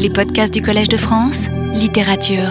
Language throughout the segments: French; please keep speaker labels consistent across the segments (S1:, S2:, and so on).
S1: Les podcasts du Collège de France, littérature.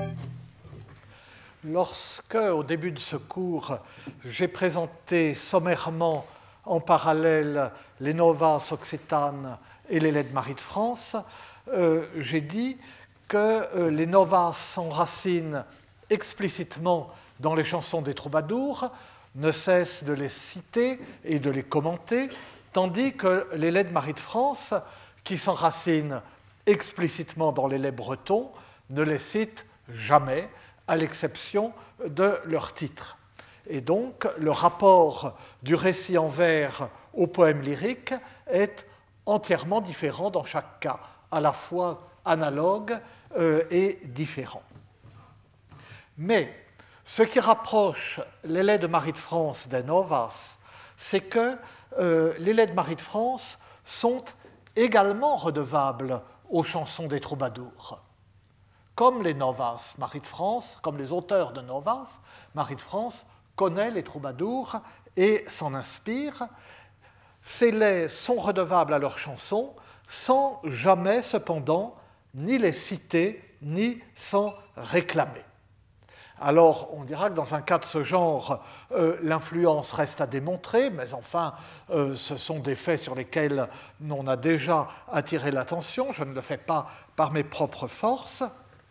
S2: Lorsque, au début de ce cours, j'ai présenté sommairement en parallèle les novas occitanes et les Laides Maries de France, j'ai dit que les novas s'enracinent explicitement dans les chansons des troubadours, ne cessent de les citer et de les commenter, tandis que les Laides Maries de France, qui s'enracinent explicitement dans les laits bretons, ne les citent jamais, à l'exception de leur titre. Et donc, le rapport du récit en vers au poème lyrique est entièrement différent dans chaque cas, à la fois analogue et différent. Mais ce qui rapproche les Laides Maries de France des novas, c'est que les Laides Maries de France sont également redevables aux chansons des troubadours. Comme les novas Marie de France, comme les auteurs de novas, Marie de France connaît les troubadours et s'en inspire. Ces laits sont redevables à leurs chansons sans jamais, cependant, ni les citer, ni s'en réclamer. Alors, on dira que dans un cas de ce genre, l'influence reste à démontrer, mais enfin, ce sont des faits sur lesquels on a déjà attiré l'attention. Je ne le fais pas par mes propres forces.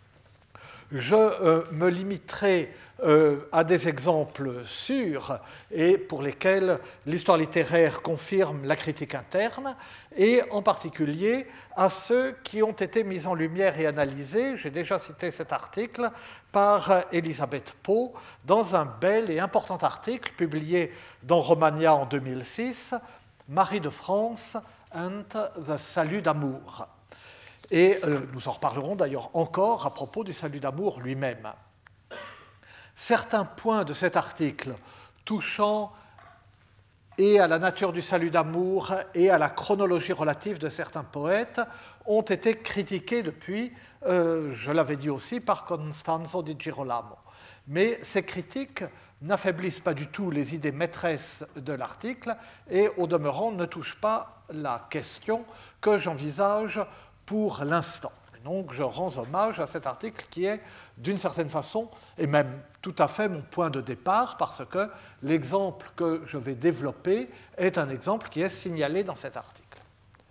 S2: Je me limiterai à des exemples sûrs et pour lesquels l'histoire littéraire confirme la critique interne, et en particulier à ceux qui ont été mis en lumière et analysés, j'ai déjà cité cet article, par Elisabeth Pau, dans un bel et important article publié dans Romagna en 2006, Marie de France and the Salut d'amour. Et nous en reparlerons d'ailleurs encore à propos du salut d'amour lui-même. Certains points de cet article touchant et à la nature du salut d'amour et à la chronologie relative de certains poètes ont été critiqués depuis, je l'avais dit aussi, par Costanzo di Girolamo. Mais ces critiques n'affaiblissent pas du tout les idées maîtresses de l'article et au demeurant ne touchent pas la question que j'envisage pour l'instant. Et donc je rends hommage à cet article qui est d'une certaine façon, et même tout à fait mon point de départ, parce que l'exemple que je vais développer est un exemple qui est signalé dans cet article.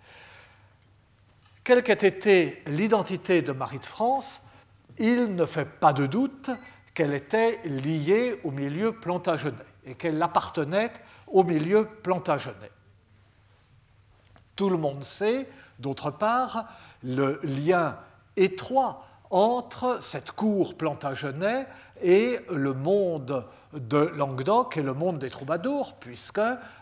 S2: Quelle qu'ait été l'identité de Marie de France, il ne fait pas de doute qu'elle était liée au milieu plantagenet et qu'elle appartenait au milieu plantagenet. Tout le monde sait, d'autre part, le lien étroit entre cette cour plantagenet et le monde de Languedoc et le monde des troubadours, puisque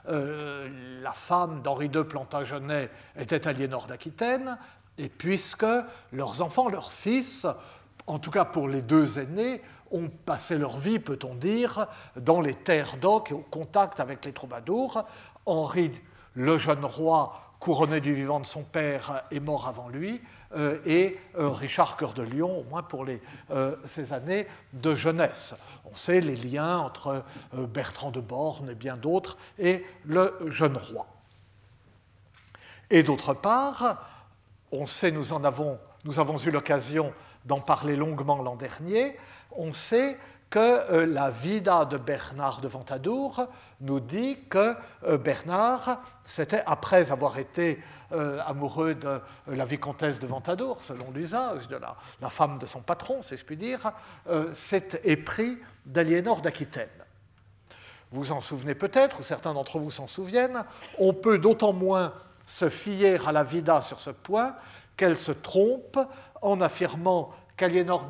S2: la femme d'Henri II Plantagenet était Aliénor d'Aquitaine, et puisque leurs enfants, leurs fils, en tout cas pour les deux aînés, ont passé leur vie, peut-on dire, dans les terres d'Oc et au contact avec les troubadours. Henri, le jeune roi, couronné du vivant de son père, est mort avant lui, et Richard Cœur de Lion, au moins pour ces années de jeunesse. On sait les liens entre Bertrand de Born et bien d'autres et le jeune roi. Et d'autre part, on sait, nous avons eu l'occasion d'en parler longuement l'an dernier, on sait que la vida de Bernard de Ventadour nous dit que Bernard, c'était après avoir été amoureux de la vicomtesse de Ventadour, selon l'usage de la femme de son patron, si je puis dire, s'est épris d'Aliénor d'Aquitaine. Vous en souvenez peut-être, ou certains d'entre vous s'en souviennent, on peut d'autant moins se fier à la vida sur ce point qu'elle se trompe en affirmant qu'Aliénor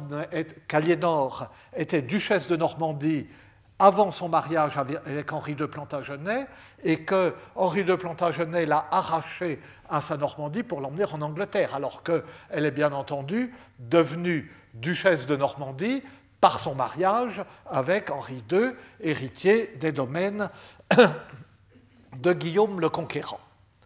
S2: était duchesse de Normandie avant son mariage avec Henri II Plantagenet et que Henri II Plantagenet l'a arrachée à sa Normandie pour l'emmener en Angleterre, alors qu'elle est bien entendu devenue duchesse de Normandie par son mariage avec Henri II, héritier des domaines de Guillaume le Conquérant.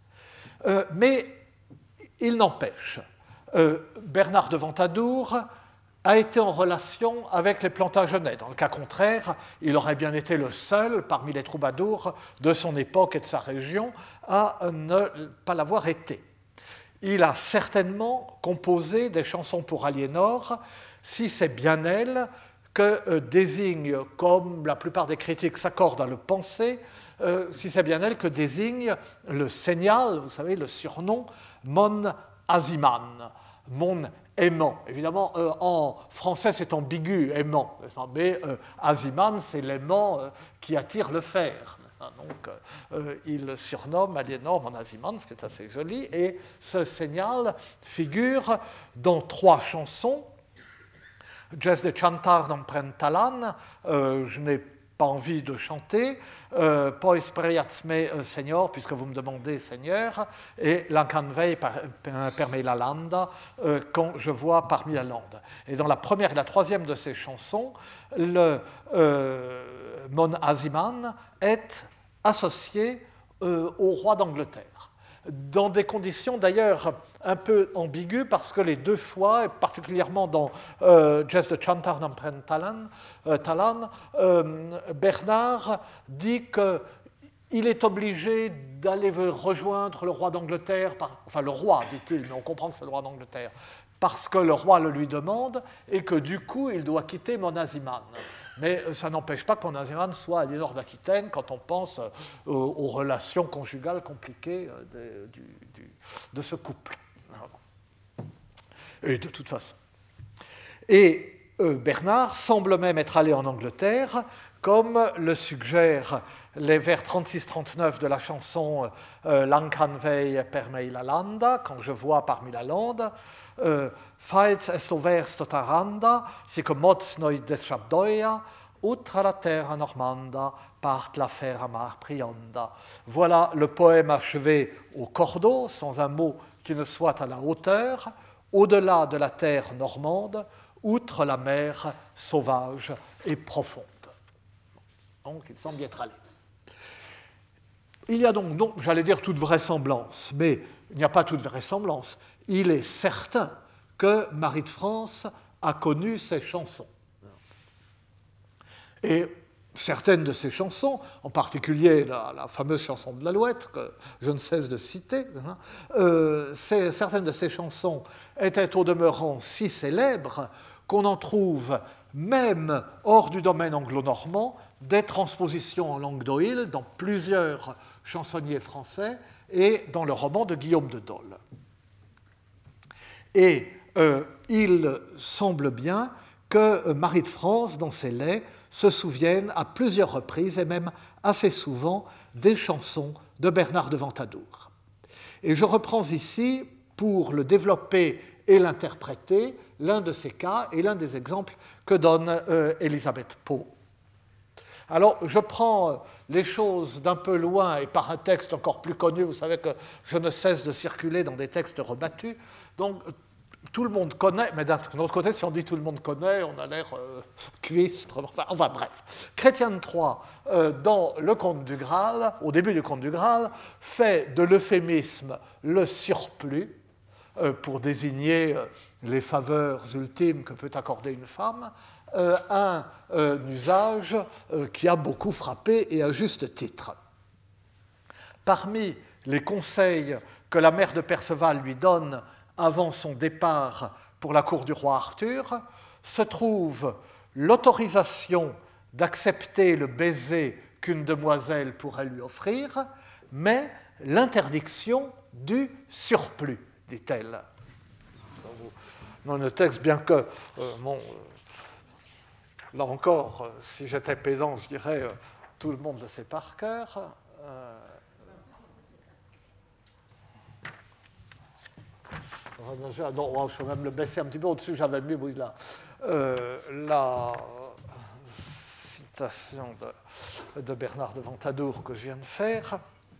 S2: Mais il n'empêche, Bernard de Ventadour a été en relation avec les Plantagenets. Dans le cas contraire, il aurait bien été le seul parmi les troubadours de son époque et de sa région à ne pas l'avoir été. il a certainement composé des chansons pour Aliénor, si c'est bien elle que désigne, comme la plupart des critiques s'accordent à le penser, si c'est bien elle que désigne le signal, vous savez, le surnom, mon Aziman, mon aimant. Évidemment, en français, c'est ambigu, aimant, mais Aziman, c'est l'aimant qui attire le fer. Donc, il surnomme Aliénor mon Aziman, ce qui est assez joli, et ce signal figure dans 3 chansons. Jazz de chantar non prentalan, je n'ai pas envie de chanter, Pois priatsme Seigneur, puisque vous me demandez Seigneur, et Lancanvei per me la landa, quand je vois parmi la lande. Et dans la première et la troisième de ces chansons, le Mon Aziman est associé au roi d'Angleterre, dans des conditions d'ailleurs un peu ambiguës, parce que les 2 fois, et particulièrement dans Jazz de Chantar non Talan, Bernard dit qu'il est obligé d'aller rejoindre le roi d'Angleterre, enfin le roi, dit-il, mais on comprend que c'est le roi d'Angleterre, parce que le roi le lui demande, et que du coup il doit quitter mon Aziman. Mais ça n'empêche pas que mon Aziman soit Aliénor d'Aquitaine quand on pense aux relations conjugales compliquées de ce couple. Et de toute façon. Et Bernard semble même être allé en Angleterre, comme le suggèrent les vers 36-39 de la chanson Lancanvei per me la landa, quand je vois parmi la lande, Faets est versto taranda, si que mots noi deshabdoia, outre la terre normanda, part la fer amar prionda. Voilà le poème achevé au cordeau, sans un mot qui ne soit à la hauteur, au-delà de la terre normande, outre la mer sauvage et profonde. Donc il semble y être allé. Il y a donc, j'allais dire toute vraisemblance, mais il n'y a pas toute vraisemblance. Il est certain que Marie de France a connu ces chansons. Et certaines de ces chansons, en particulier la fameuse chanson de l'Alouette, que je ne cesse de citer, certaines de ces chansons étaient au demeurant si célèbres qu'on en trouve, même hors du domaine anglo-normand, des transpositions en langue d'Oïl dans plusieurs chansonniers français et dans le roman de Guillaume de Dole. Et il semble bien que Marie de France, dans ses laits, se souvienne à plusieurs reprises, et même assez souvent, des chansons de Bernard de Ventadour. Et je reprends ici, pour le développer et l'interpréter, l'un de ces cas et l'un des exemples que donne Elisabeth Pau. Alors, je prends les choses d'un peu loin et par un texte encore plus connu. Vous savez que je ne cesse de circuler dans des textes rebattus. Donc, tout le monde connaît, mais d'un autre côté, si on dit tout le monde connaît, on a l'air cuistre. Enfin, bref. Chrétien III, dans le Conte du Graal, au début du Conte du Graal, fait de l'euphémisme le surplus pour désigner les faveurs ultimes que peut accorder une femme, un usage qui a beaucoup frappé et à juste titre. Parmi les conseils que la mère de Perceval lui donne avant son départ pour la cour du roi Arthur, se trouve l'autorisation d'accepter le baiser qu'une demoiselle pourrait lui offrir, mais l'interdiction du surplus, dit-elle. Dans le texte, bien que, là encore, si j'étais pédant, je dirais tout le monde le sait par cœur. Non, je vais même le baisser un petit peu au-dessus, j'avais mis, oui, là, la citation de Bernard de Ventadour que je viens de faire.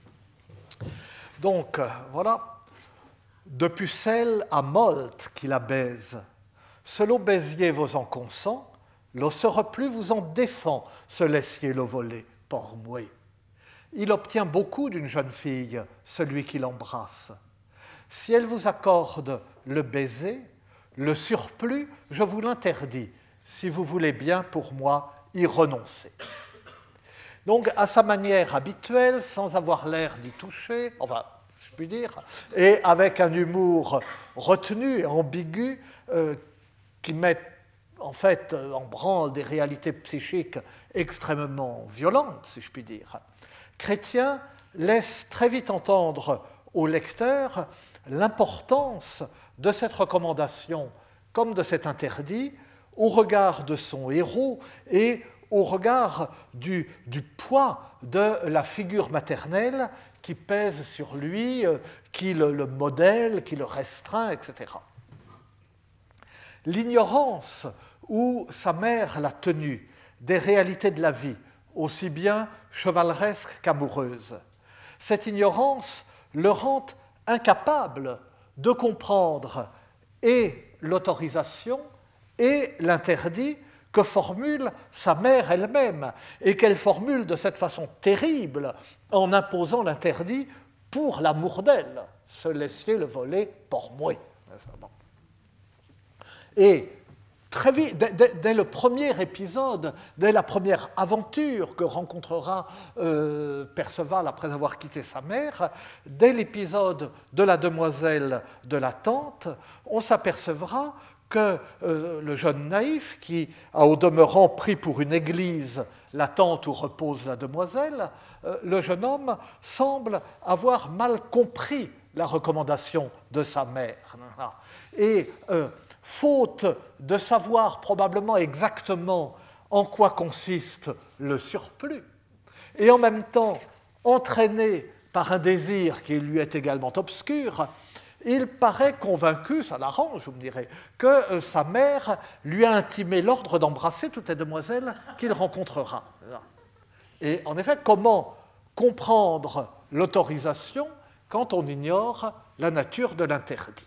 S2: Donc, voilà. De Pucelle à Molte qui la baise, selon baisiez vos en consent, l'eau se replut vous en défend, se laissiez le voler, port moué. Il obtient beaucoup d'une jeune fille, celui qui l'embrasse. Si elle vous accorde le baiser, le surplus, je vous l'interdis, si vous voulez bien pour moi y renoncer. Donc, à sa manière habituelle, sans avoir l'air d'y toucher, enfin, puis dire, et avec un humour retenu et ambigu qui met en fait en branle des réalités psychiques extrêmement violentes, si je puis dire. Chrétien laisse très vite entendre au lecteur l'importance de cette recommandation comme de cet interdit au regard de son héros et au regard du poids de la figure maternelle qui pèse sur lui, qui le modèle, qui le restreint, etc. L'ignorance où sa mère l'a tenu des réalités de la vie, aussi bien chevaleresques qu'amoureuses, cette ignorance le rend incapable de comprendre et l'autorisation et l'interdit que formule sa mère elle-même, et qu'elle formule de cette façon terrible en imposant l'interdit pour l'amour d'elle, se laisser le voler pour moi. Et très vite, dès le premier épisode, dès la première aventure que rencontrera Perceval après avoir quitté sa mère, dès l'épisode de la demoiselle de la tente, on s'apercevra que le jeune naïf, qui a au demeurant pris pour une église la tente où repose la demoiselle, le jeune homme semble avoir mal compris la recommandation de sa mère. Et faute de savoir probablement exactement en quoi consiste le surplus, et en même temps entraîné par un désir qui lui est également obscur, il paraît convaincu, ça l'arrange, vous me direz, que sa mère lui a intimé l'ordre d'embrasser toutes les demoiselles qu'il rencontrera. Et en effet, comment comprendre l'autorisation quand on ignore la nature de l'interdit?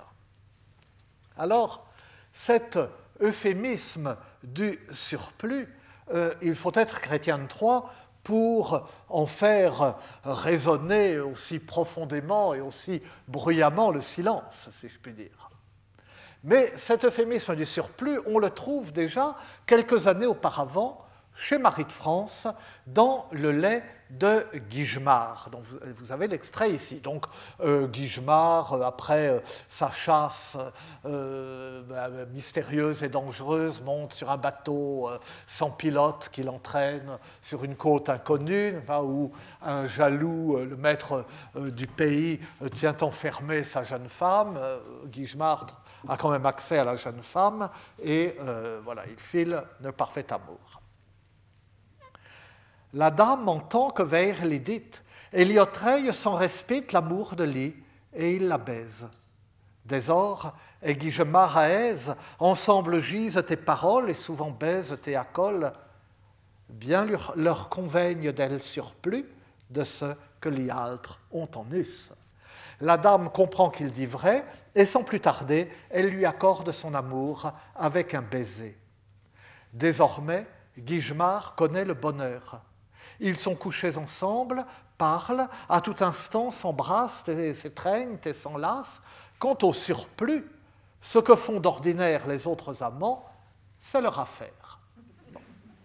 S2: Alors, cet euphémisme du surplus, il faut être chrétien de Troyes pour en faire résonner aussi profondément et aussi bruyamment le silence, si je puis dire. Mais cet euphémisme du surplus, on le trouve déjà quelques années auparavant chez Marie de France dans le lait de Guigemard, dont vous avez l'extrait ici. Donc Guigemard, après sa chasse mystérieuse et dangereuse, monte sur un bateau sans pilote qui l'entraîne sur une côte inconnue, où un jaloux, le maître du pays, tient enfermée sa jeune femme. Guigemard a quand même accès à la jeune femme, et voilà, il file de parfait amour. La dame entend que vers les dites, et l'y treuille sans respect l'amour de lui, et il la baise. Désor, et Guigemard à aise, ensemble gisent tes paroles, et souvent baisent tes accoles, bien leur convaigne d'elle surplus de ce que les altres ont en us. La dame comprend qu'il dit vrai, et sans plus tarder, elle lui accorde son amour avec un baiser. Désormais, Guigemard connaît le bonheur. Ils sont couchés ensemble, parlent, à tout instant s'embrassent et s'étreignent et s'enlacent. Quant au surplus, ce que font d'ordinaire les autres amants, c'est leur affaire. Bon.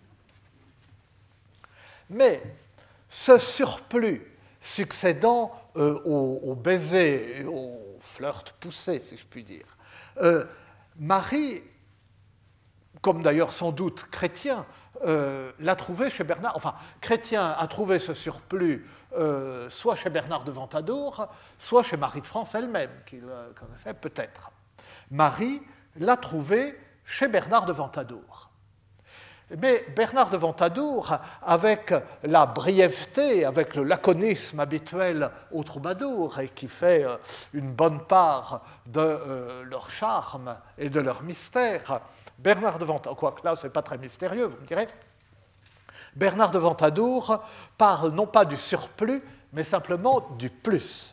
S2: Mais ce surplus succédant au baiser et au flirt poussé, si je puis dire, Marie, comme d'ailleurs sans doute Chrétien, l'a trouvé chez Bernard, enfin, Chrétien a trouvé ce surplus soit chez Bernard de Ventadour, soit chez Marie de France elle-même, qu'il connaissait peut-être. Marie l'a trouvé chez Bernard de Ventadour. Mais Bernard de Ventadour, avec la brièveté, avec le laconisme habituel aux troubadours, et qui fait une bonne part de leur charme et de leur mystère, Bernard de Ventadour, quoique là, ce n'est pas très mystérieux, vous me direz, Bernard de Ventadour parle non pas du surplus, mais simplement du plus.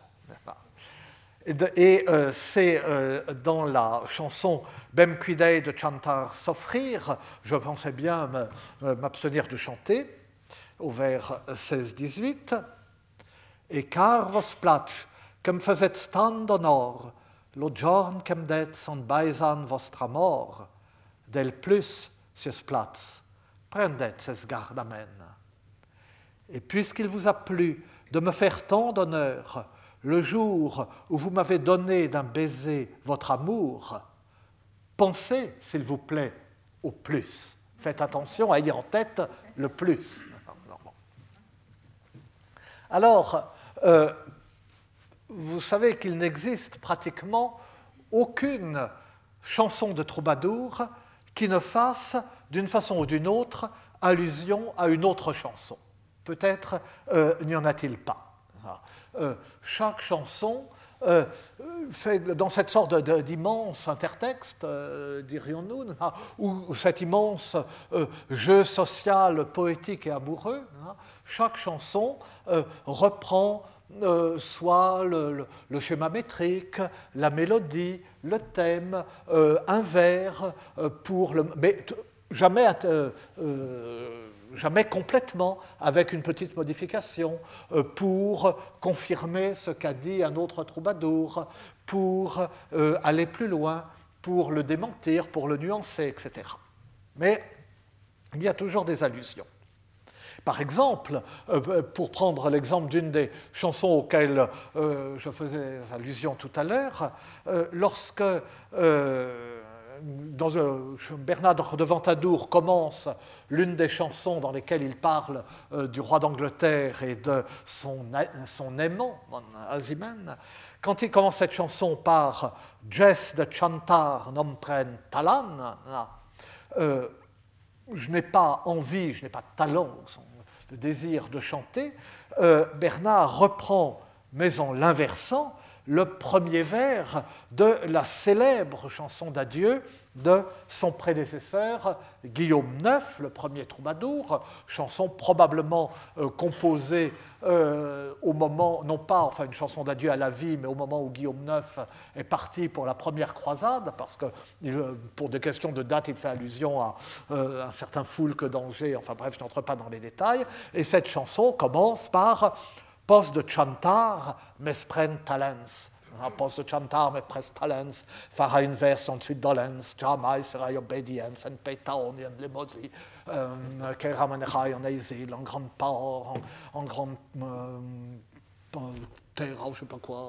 S2: Et c'est dans la chanson Bem cuidei de chantar s'offrir, je pensais bien m'abstenir de chanter, au vers 16-18, et car vos platch, que me faiset stand honor, lo giorn que me det son beisan vostra mort, del plus sius platz, prendet ses gardamen. Et puisqu'il vous a plu de me faire tant d'honneur, le jour où vous m'avez donné d'un baiser votre amour, pensez, s'il vous plaît, au plus. Faites attention, ayez en tête le plus. Alors, vous savez qu'il n'existe pratiquement aucune chanson de troubadour qui ne fasse, d'une façon ou d'une autre, allusion à une autre chanson. Peut-être n'y en a-t-il pas. Chaque chanson fait dans cette sorte d'immense intertexte, dirions-nous, ou cet immense jeu social, poétique et amoureux, chaque chanson reprend soit le schéma métrique, la mélodie, le thème, un vers, mais jamais complètement, avec une petite modification, pour confirmer ce qu'a dit un autre troubadour, pour aller plus loin, pour le démentir, pour le nuancer, etc. Mais il y a toujours des allusions. Par exemple, pour prendre l'exemple d'une des chansons auxquelles je faisais allusion tout à l'heure, lorsque Bernard de Ventadour commence l'une des chansons dans lesquelles il parle du roi d'Angleterre et de son aimant, Aziman, quand il commence cette chanson par « Jess de chantar non pren talan », je n'ai pas envie, je n'ai pas de talent, le désir de chanter, Bernard reprend, mais en l'inversant, le premier vers de la célèbre chanson d'adieu de son prédécesseur Guillaume IX, le premier troubadour, chanson probablement composée au moment, non pas enfin une chanson d'adieu à la vie, mais au moment où Guillaume IX est parti pour la première croisade, parce que pour des questions de date, il fait allusion à un certain Foulques d'Angers, enfin bref, je n'entre pas dans les détails, et cette chanson commence par « Pos de chantar mes pren talents ». Pos de chantar mes pres talents, fara une verse ensuite dolens, jamais serai obedience, en petaonian limosi, que ramenerai en exil, en grande part, en grande terre, je ne sais pas quoi,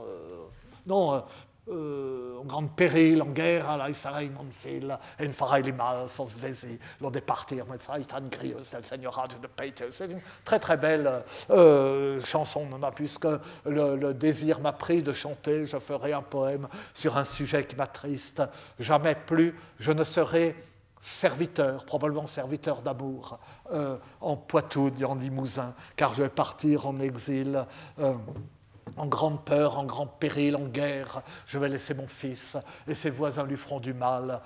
S2: en grande péril, en guerre, à la serai mon fil, en farai les mal, sans vesi, l'on départir, mais ça, il grieuse, del seigneurage de Peter. C'est une très très belle chanson, puisque le désir m'a pris de chanter, je ferai un poème sur un sujet qui m'attriste. Jamais plus je ne serai serviteur, probablement serviteur d'amour, en Poitou et en Limousin, car je vais partir en exil. En grande peur, en grand péril, en guerre, je vais laisser mon fils, et ses voisins lui feront du mal.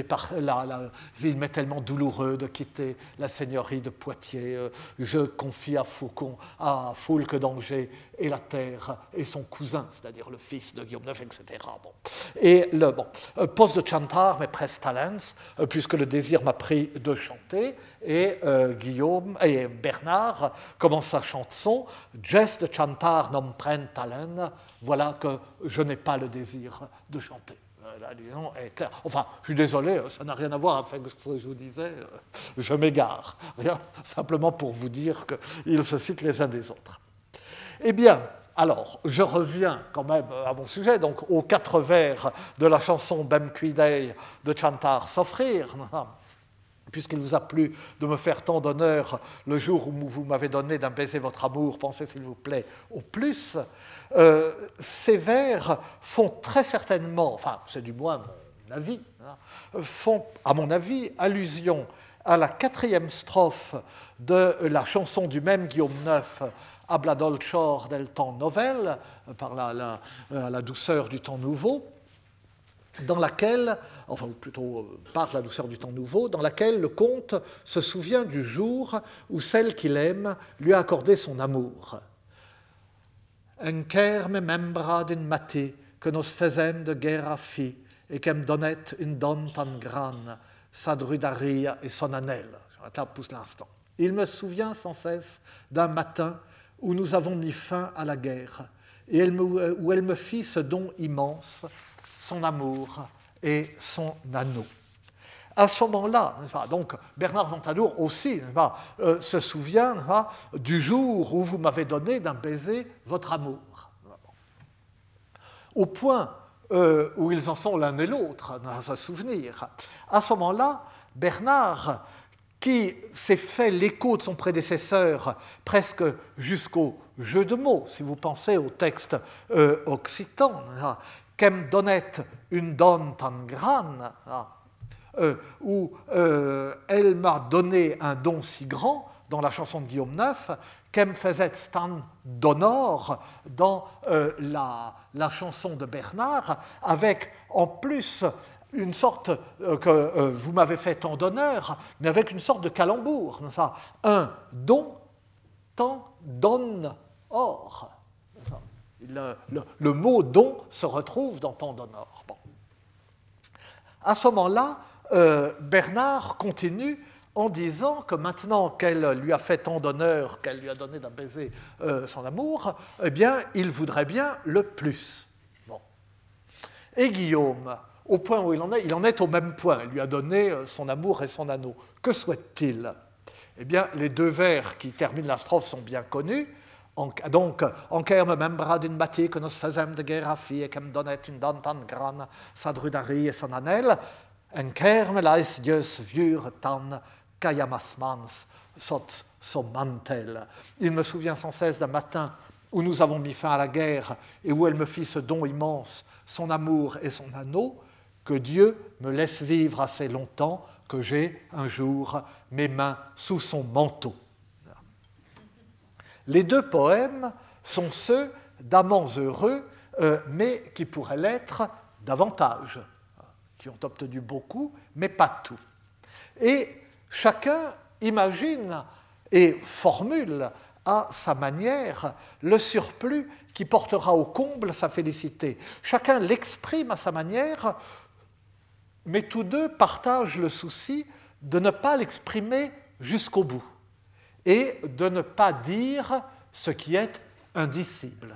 S2: Il m'est tellement douloureux de quitter la seigneurie de Poitiers. Je confie à Foulques d'Angers et la terre, et son cousin, c'est-à-dire le fils de Guillaume IX, etc. Bon. Et poste de chantar, mais pres talents, puisque le désir m'a pris de chanter, et Guillaume et Bernard commencent sa chanson « Jess de chantar non pren talent », voilà que je n'ai pas le désir de chanter. La liaison est claire. Enfin, je suis désolé, ça n'a rien à voir avec ce que je vous disais, je m'égare. Simplement pour vous dire qu'ils se citent les uns des autres. Eh bien, alors, je reviens quand même à mon sujet, donc aux 4 vers de la chanson « Bem cuidei » de Chantar s'offrir, puisqu'il vous a plu de me faire tant d'honneur le jour où vous m'avez donné d'un baiser votre amour, pensez s'il vous plaît au plus, ces vers font très certainement, enfin c'est du moins mon avis, font à mon avis allusion à la 4e strophe de la chanson du même Guillaume IX, Habla dolcior del temps novel, par la douceur du temps nouveau, dans laquelle, enfin ou plutôt par la douceur du temps nouveau, dans laquelle le comte se souvient du jour où celle qu'il aime lui a accordé son amour. Enquer me membra d'une maté que nos faisem de guerre à fi et qu'em donnet une donne tan grande, sa drudaria et son anel. Je pousse l'instant. Il me souvient sans cesse d'un matin où nous avons mis fin à la guerre et où elle me fit ce don immense, son amour et son anneau. À ce moment-là, donc Bernard Ventadour aussi se souvient du jour où vous m'avez donné d'un baiser votre amour. au point où ils en sont l'un et l'autre, dans un souvenir. À ce moment-là, Bernard, qui s'est fait l'écho de son prédécesseur presque jusqu'au jeu de mots, si vous pensez au texte occitan, qu'em donnet une donne tan grande, où elle m'a donné un don si grand, dans la chanson de Guillaume IX, qu'em faisait stan d'honneur dans la chanson de Bernard, avec en plus une sorte que vous m'avez fait tant d'honneur, mais avec une sorte de calembour. Ça. Un don, tant donne or. Le mot don se retrouve dans tant d'honneur. Bon. À ce moment-là, Bernard continue en disant que maintenant qu'elle lui a fait tant d'honneur, qu'elle lui a donné d'un baiser son amour, eh bien, il voudrait bien le plus. Bon. Et Guillaume, au point où il en est au même point. Il lui a donné son amour et son anneau. Que souhaite-t-il? Eh bien, les deux vers qui terminent la strophe sont bien connus. Donc, en kerme membra d'une bâtie que nous faisons de guerre à fille et qu'elle me donnait une donne tan grande, sa drudari et son annel, en kerme lais Dieu vieux tan kayamas mans sot son mantel. Il me souvient sans cesse d'un matin où nous avons mis fin à la guerre et où elle me fit ce don immense, son amour et son anneau, que Dieu me laisse vivre assez longtemps, que j'ai un jour mes mains sous son manteau. Les deux poèmes sont ceux d'amants heureux, mais qui pourraient l'être davantage, qui ont obtenu beaucoup, mais pas tout. Et chacun imagine et formule à sa manière le surplus qui portera au comble sa félicité. Chacun l'exprime à sa manière, mais tous deux partagent le souci de ne pas l'exprimer jusqu'au bout et de ne pas dire ce qui est indicible.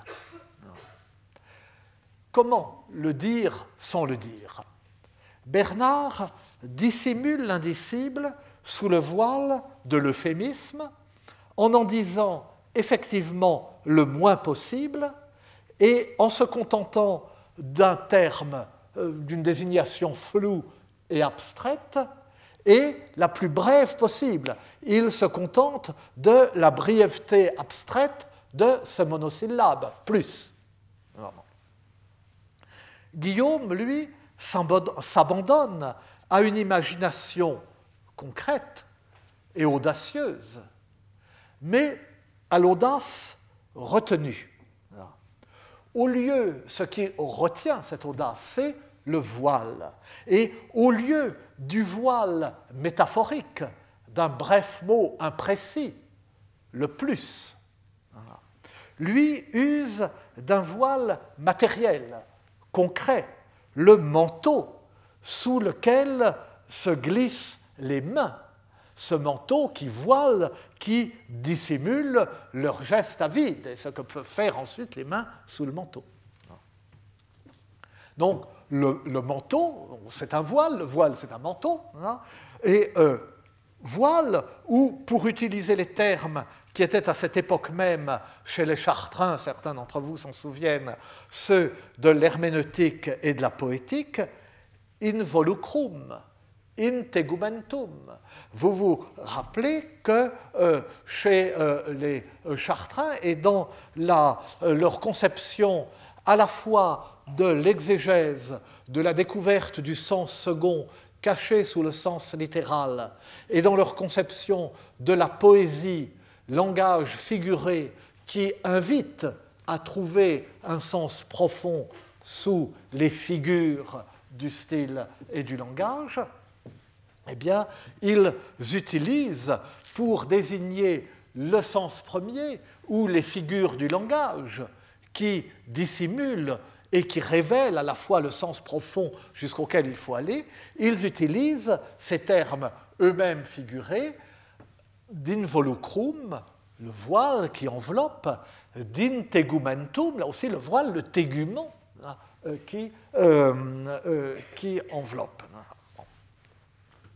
S2: Comment le dire sans le dire? Bernard dissimule l'indicible sous le voile de l'euphémisme en disant effectivement le moins possible et en se contentant d'un terme, d'une désignation floue et abstraite, et la plus brève possible. Il se contente de la brièveté abstraite de ce monosyllabe, plus. Guillaume, lui, s'abandonne à une imagination concrète et audacieuse, mais à l'audace retenue. Au lieu, ce qui retient cette audace, c'est le voile. Et au lieu du voile métaphorique, d'un bref mot imprécis, le plus, lui use d'un voile matériel, concret, le manteau sous lequel se glissent les mains, ce manteau qui voile, qui dissimule leur geste avide, et ce que peuvent faire ensuite les mains sous le manteau. Donc, le manteau, c'est un voile, le voile, c'est un manteau, et voile, ou pour utiliser les termes qui étaient à cette époque même chez les Chartrains, certains d'entre vous s'en souviennent, ceux de l'herméneutique et de la poétique, involucrum, integumentum. Vous vous rappelez que chez les Chartrains et dans leur conception à la fois de l'exégèse, de la découverte du sens second caché sous le sens littéral, et dans leur conception de la poésie, langage figuré qui invite à trouver un sens profond sous les figures du style et du langage, eh bien, ils utilisent pour désigner le sens premier ou les figures du langage qui dissimulent et qui révèlent à la fois le sens profond jusqu'auquel il faut aller, ils utilisent ces termes eux-mêmes figurés, d'involucrum, le voile qui enveloppe, d'integumentum, là aussi le voile, le tégument, qui enveloppe.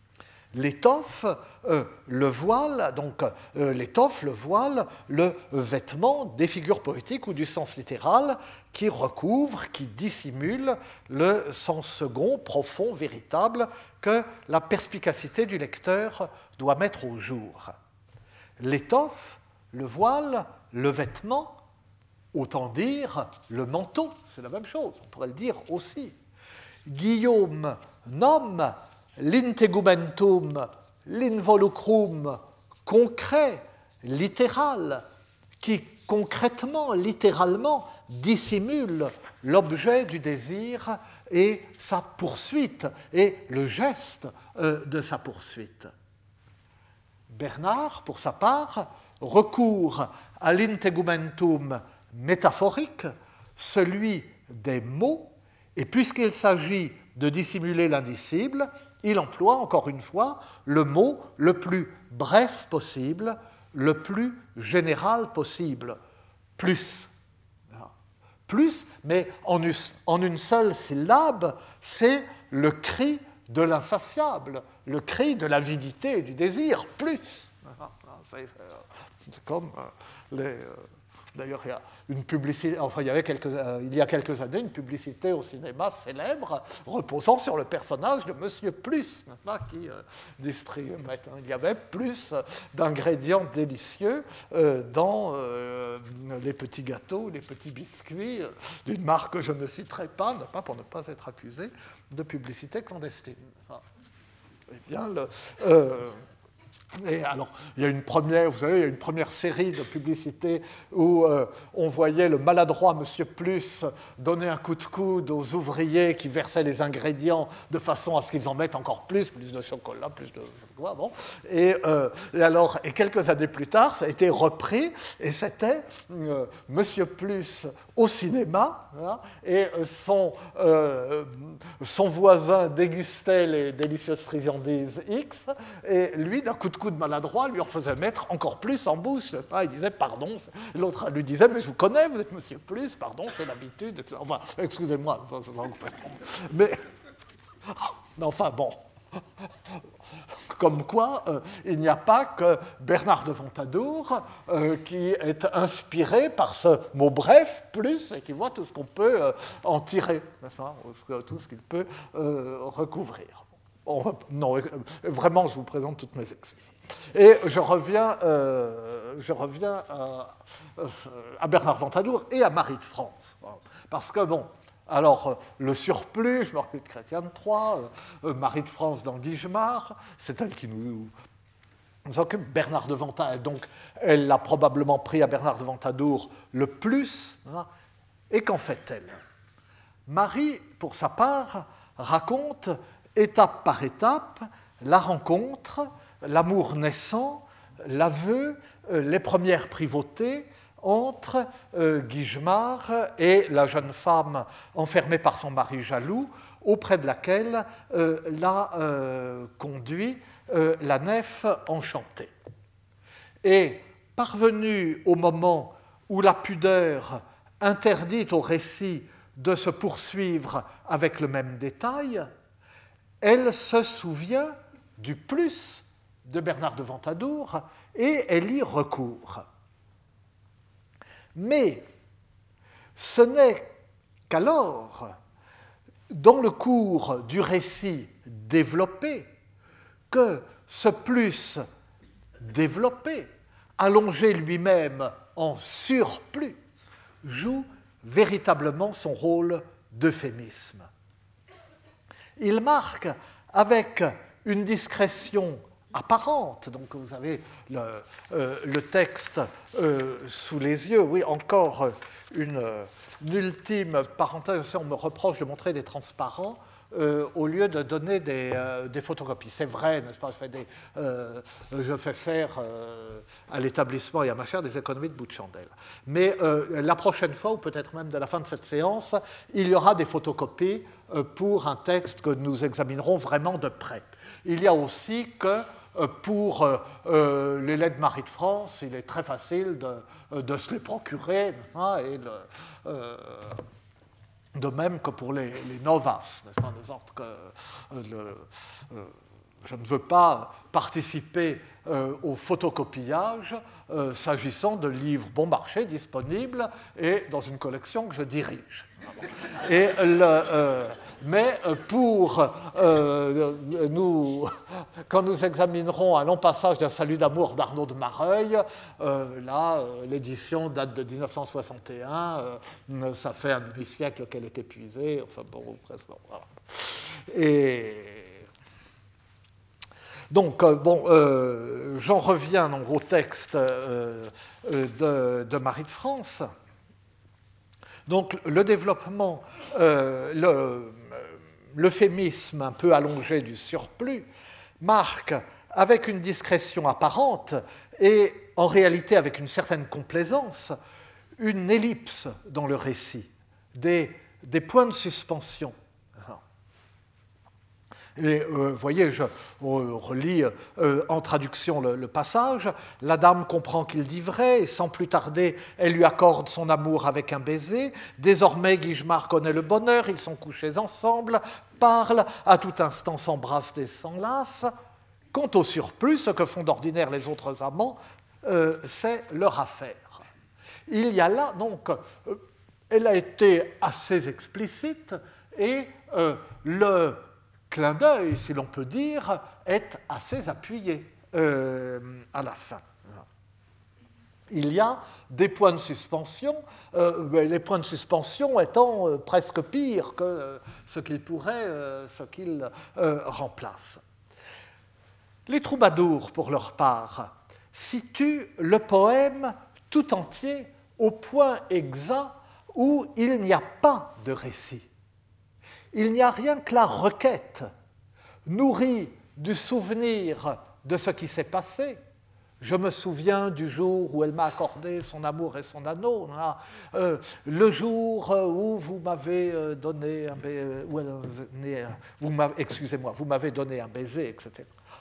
S2: L'étoffe, le voile, donc l'étoffe, le voile, le vêtement des figures poétiques ou du sens littéral qui recouvre, qui dissimule le sens second, profond, véritable que la perspicacité du lecteur doit mettre au jour. L'étoffe, le voile, le vêtement, autant dire le manteau, c'est la même chose, on pourrait le dire aussi. Guillaume nomme l'integumentum, l'involucrum concret, littéral, qui concrètement, littéralement, dissimule l'objet du désir et sa poursuite, et le geste de sa poursuite. Bernard, pour sa part, recourt à l'integumentum métaphorique, celui des mots, et puisqu'il s'agit de dissimuler l'indicible, il emploie, encore une fois, le mot le plus bref possible, le plus général possible, plus. Plus, mais en une seule syllabe, c'est le cri de l'insatiable, le cri de l'avidité et du désir, plus. C'est comme les... D'ailleurs, il y a une publicité, enfin, il y a quelques années, une publicité au cinéma célèbre reposant sur le personnage de Monsieur Plus, qui distribuait. Il y avait plus d'ingrédients délicieux dans les petits gâteaux, les petits biscuits d'une marque que je ne citerai pas, pour ne pas être accusé de publicité clandestine. Eh bien, et alors, il y a une première série de publicités où on voyait le maladroit Monsieur Plus donner un coup de coude aux ouvriers qui versaient les ingrédients de façon à ce qu'ils en mettent encore plus de chocolat, plus de quoi, bon. Et quelques années plus tard, ça a été repris et c'était Monsieur Plus au cinéma, hein, et son voisin dégustait les délicieuses friandises X et lui, d'un coup de coude maladroit, lui en faisait mettre encore plus en bouche. Il disait pardon. L'autre lui disait mais je vous connais, vous êtes Monsieur Plus, pardon, c'est l'habitude. Enfin, excusez-moi. Mais enfin bon. Comme quoi, il n'y a pas que Bernard de Ventadour qui est inspiré par ce mot bref, plus, et qui voit tout ce qu'on peut en tirer, n'est-ce pas, tout ce qu'il peut recouvrir. Non, vraiment, je vous présente toutes mes excuses. Et je reviens à Bernard Ventadour et à Marie de France. Parce que, bon, alors, le surplus, je me rappelle de Chrétien III, Marie de France dans Guigemard, c'est elle qui nous occupe. Bernard de Ventadour, donc, elle l'a probablement pris à Bernard de Ventadour le plus. Et qu'en fait-elle ? Marie, pour sa part, raconte étape par étape la rencontre, l'amour naissant, l'aveu, les premières privautés entre Guigemard et la jeune femme enfermée par son mari jaloux, auprès de laquelle l'a conduit la nef enchantée. Et parvenue au moment où la pudeur interdit au récit de se poursuivre avec le même détail, elle se souvient du plus de Bernard de Ventadour et elle y recourt. Mais ce n'est qu'alors, dans le cours du récit développé, que ce plus développé, allongé lui-même en surplus, joue véritablement son rôle d'euphémisme. Il marque avec une discrétion apparente, donc vous avez le texte sous les yeux, oui, encore une ultime parenthèse, on me reproche de montrer des transparents au lieu de donner des photocopies. C'est vrai, n'est-ce pas, je fais faire à l'établissement et à ma chaire des économies de bout de chandelle. Mais la prochaine fois, ou peut-être même de la fin de cette séance, il y aura des photocopies pour un texte que nous examinerons vraiment de près. Il y a aussi que pour les lettres de Marie de France, il est très facile de se les procurer, hein, et de même que pour les novaces, n'est-ce pas, de sorte que je ne veux pas participer au photocopiage s'agissant de livres bon marché disponibles et dans une collection que je dirige. Et mais quand nous examinerons un long passage d'un Salut d'amour d'Arnaud de Mareuil, là, l'édition date de 1961, ça fait un demi-siècle qu'elle est épuisée, enfin bon, presque, voilà. Et donc, j'en reviens donc, au texte de Marie de France. Donc, le développement, l'euphémisme un peu allongé du surplus marque, avec une discrétion apparente et en réalité avec une certaine complaisance, une ellipse dans le récit, des points de suspension. Et vous voyez, je relis en traduction le passage. La dame comprend qu'il dit vrai, et sans plus tarder, elle lui accorde son amour avec un baiser. Désormais, Guigemar connaît le bonheur, ils sont couchés ensemble, parlent, à tout instant s'embrassent et s'enlacent. Quant au surplus, ce que font d'ordinaire les autres amants, c'est leur affaire. Il y a là, donc, elle a été assez explicite, et le clin d'œil, si l'on peut dire, est assez appuyé à la fin. Il y a des points de suspension, les points de suspension étant presque pires que ce qu'ils remplacent. Les troubadours, pour leur part, situent le poème tout entier au point exact où il n'y a pas de récit. Il n'y a rien que la requête, nourrie du souvenir de ce qui s'est passé. Je me souviens du jour où elle m'a accordé son amour et son anneau, le jour où vous m'avez donné un baiser, vous m'avez donné un baiser, etc.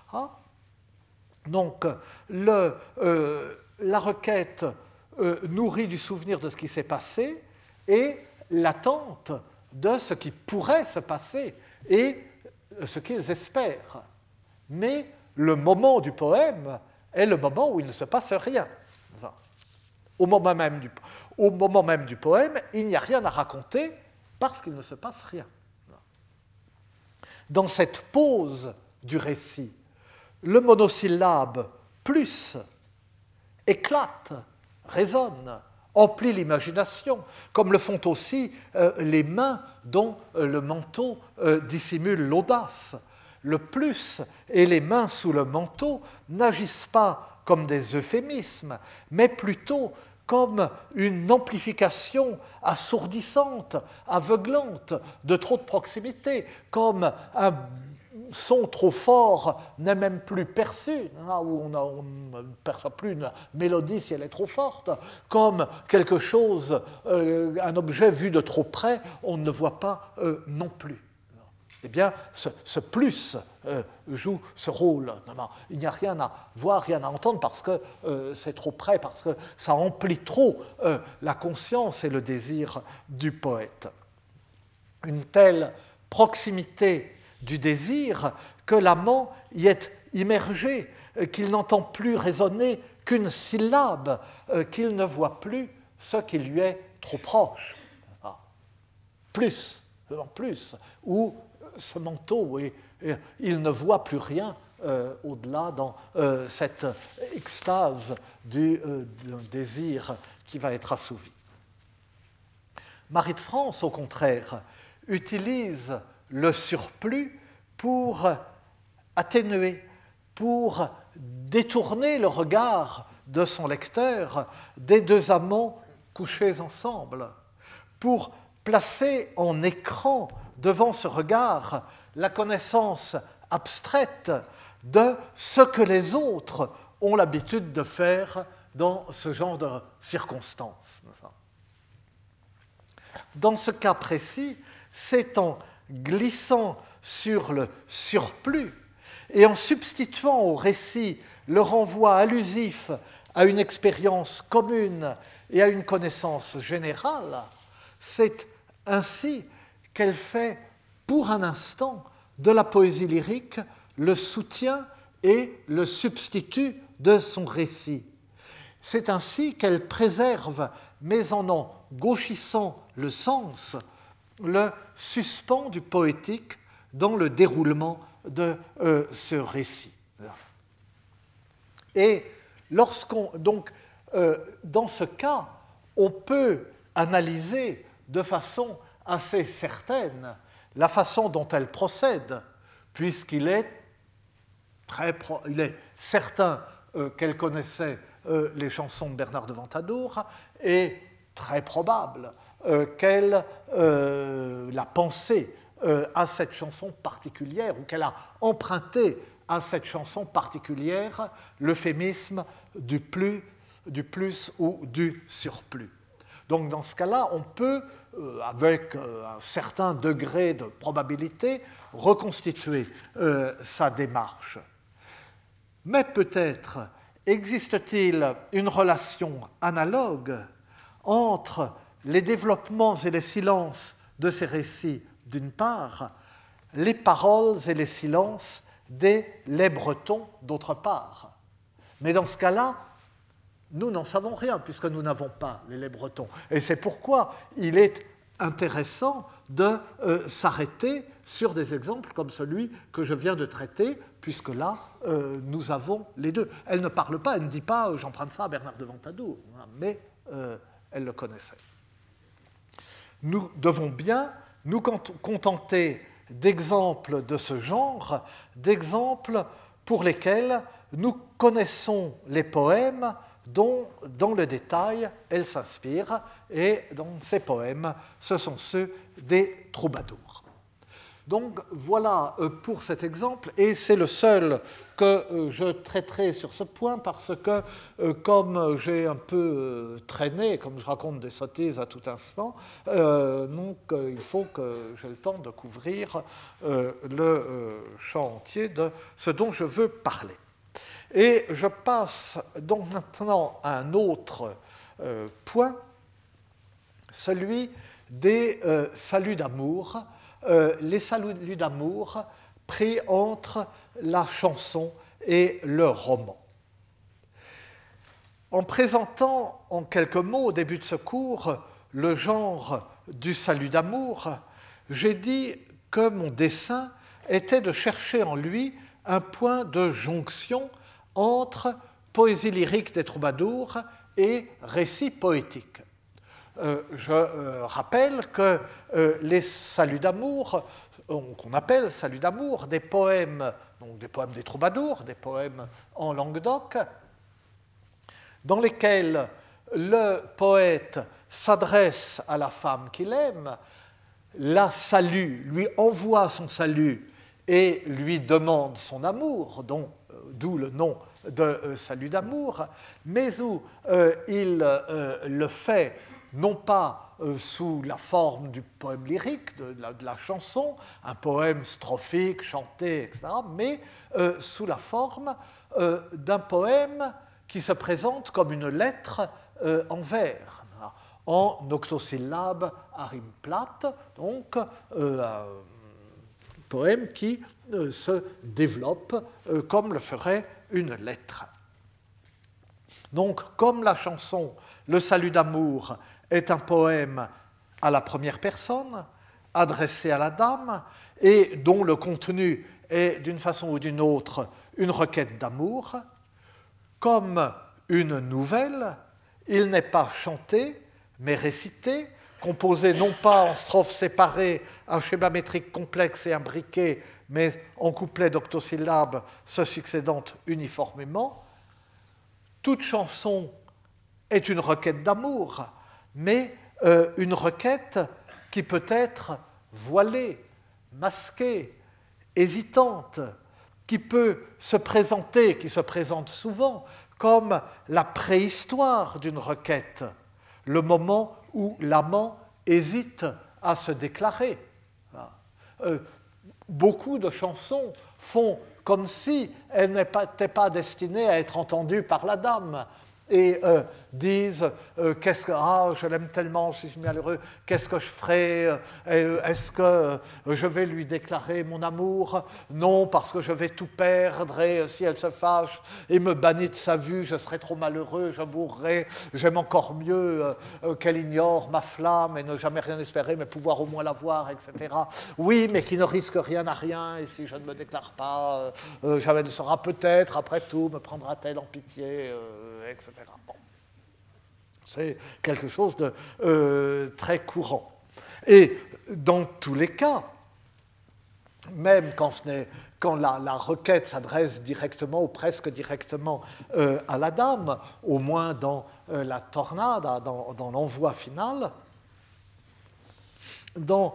S2: Donc, la requête nourrie du souvenir de ce qui s'est passé et l'attente de ce qui pourrait se passer et ce qu'ils espèrent. Mais le moment du poème est le moment où il ne se passe rien. Au moment même du poème, il n'y a rien à raconter parce qu'il ne se passe rien. Dans cette pause du récit, le monosyllabe « plus » éclate, résonne, emplit l'imagination, comme le font aussi les mains dont le manteau dissimule l'audace. Le plus et les mains sous le manteau n'agissent pas comme des euphémismes, mais plutôt comme une amplification assourdissante, aveuglante, de trop de proximité, comme un son trop fort n'est même plus perçu, où on ne perçoit plus une mélodie si elle est trop forte, comme quelque chose, un objet vu de trop près, on ne le voit pas non plus. Eh bien, ce plus joue ce rôle. Il n'y a rien à voir, rien à entendre parce que c'est trop près, parce que ça emplit trop la conscience et le désir du poète. Une telle proximité du désir que l'amant y est immergé, qu'il n'entend plus résonner qu'une syllabe, qu'il ne voit plus ce qui lui est trop proche. Plus, ou ce manteau, il ne voit plus rien au-delà dans cette extase du désir qui va être assouvi. Marie de France, au contraire, utilise le surplus pour atténuer, pour détourner le regard de son lecteur des deux amants couchés ensemble, pour placer en écran devant ce regard la connaissance abstraite de ce que les autres ont l'habitude de faire dans ce genre de circonstances. Dans ce cas précis, c'est en glissant sur le surplus et en substituant au récit le renvoi allusif à une expérience commune et à une connaissance générale, c'est ainsi qu'elle fait pour un instant de la poésie lyrique le soutient et le substitut de son récit. C'est ainsi qu'elle préserve, mais en gauchissant le sens, le suspens du poétique dans le déroulement de ce récit. Et dans ce cas, on peut analyser de façon assez certaine la façon dont elle procède, puisqu'il est certain qu'elle connaissait les chansons de Bernard de Ventadour et très probable qu'elle l'a pensé à cette chanson particulière ou qu'elle a emprunté à cette chanson particulière l'euphémisme du plus ou du surplus. Donc dans ce cas-là, on peut, avec un certain degré de probabilité, reconstituer sa démarche. Mais peut-être existe-t-il une relation analogue entre les développements et les silences de ces récits, d'une part, les paroles et les silences des Les Bretons, d'autre part. Mais dans ce cas-là, nous n'en savons rien, puisque nous n'avons pas les Bretons. Et c'est pourquoi il est intéressant de s'arrêter sur des exemples comme celui que je viens de traiter, puisque là, nous avons les deux. Elle ne parle pas, elle ne dit pas « j'emprunte ça à Bernard de Ventadour », mais elle le connaissait. Nous devons bien nous contenter d'exemples de ce genre, d'exemples pour lesquels nous connaissons les poèmes dont, dans le détail, elle s'inspire, et dans ces poèmes, ce sont ceux des troubadours. Donc voilà pour cet exemple, et c'est le seul que je traiterai sur ce point parce que, comme j'ai un peu traîné, comme je raconte des sottises à tout instant, donc il faut que j'ai le temps de couvrir le champ entier de ce dont je veux parler. Et je passe donc maintenant à un autre point, celui des saluts d'amour, les saluts d'amour pris entre la chanson et le roman. En présentant en quelques mots au début de ce cours le genre du salut d'amour, j'ai dit que mon dessein était de chercher en lui un point de jonction entre poésie lyrique des troubadours et récit poétique. Je rappelle que les saluts d'amour, qu'on appelle saluts d'amour, des poèmes, donc des poèmes des troubadours, des poèmes en Languedoc, dans lesquels le poète s'adresse à la femme qu'il aime, la salue, lui envoie son salut et lui demande son amour, d'où le nom de salut d'amour, mais où il le fait non pas sous la forme du poème lyrique, de la chanson, un poème strophique, chanté, etc., mais sous la forme d'un poème qui se présente comme une lettre en vers, en octosyllabes à rime plate, donc un poème qui se développe comme le ferait une lettre. Donc, comme la chanson « Le salut d'amour » est un poème à la première personne, adressé à la dame, et dont le contenu est, d'une façon ou d'une autre, une requête d'amour, comme une nouvelle, il n'est pas chanté, mais récité, composé non pas en strophes séparées à schéma métrique complexe et imbriqué, mais en couplets d'octosyllabes se succédant uniformément. Toute chanson est une requête d'amour, mais une requête qui peut être voilée, masquée, hésitante, qui peut se présenter, qui se présente souvent, comme la préhistoire d'une requête, le moment où l'amant hésite à se déclarer. Beaucoup de chansons font comme si elles n'étaient pas destinées à être entendues par la dame. et disent je l'aime tellement, je suis malheureux, qu'est-ce que je ferai? Est-ce que je vais lui déclarer mon amour? Non, parce que je vais tout perdre, et si elle se fâche et me bannit de sa vue, je serai trop malheureux, je mourrai. J'aime encore mieux qu'elle ignore ma flamme et ne jamais rien espérer, mais pouvoir au moins la voir, etc. Oui, mais qui ne risque rien à rien, et si je ne me déclare pas, jamais ne sera peut-être, après tout, me prendra-t-elle en pitié, etc. Bon. C'est quelque chose de très courant. Et dans tous les cas, même quand la requête s'adresse directement ou presque directement à la dame, au moins dans la tornade, dans l'envoi final, dans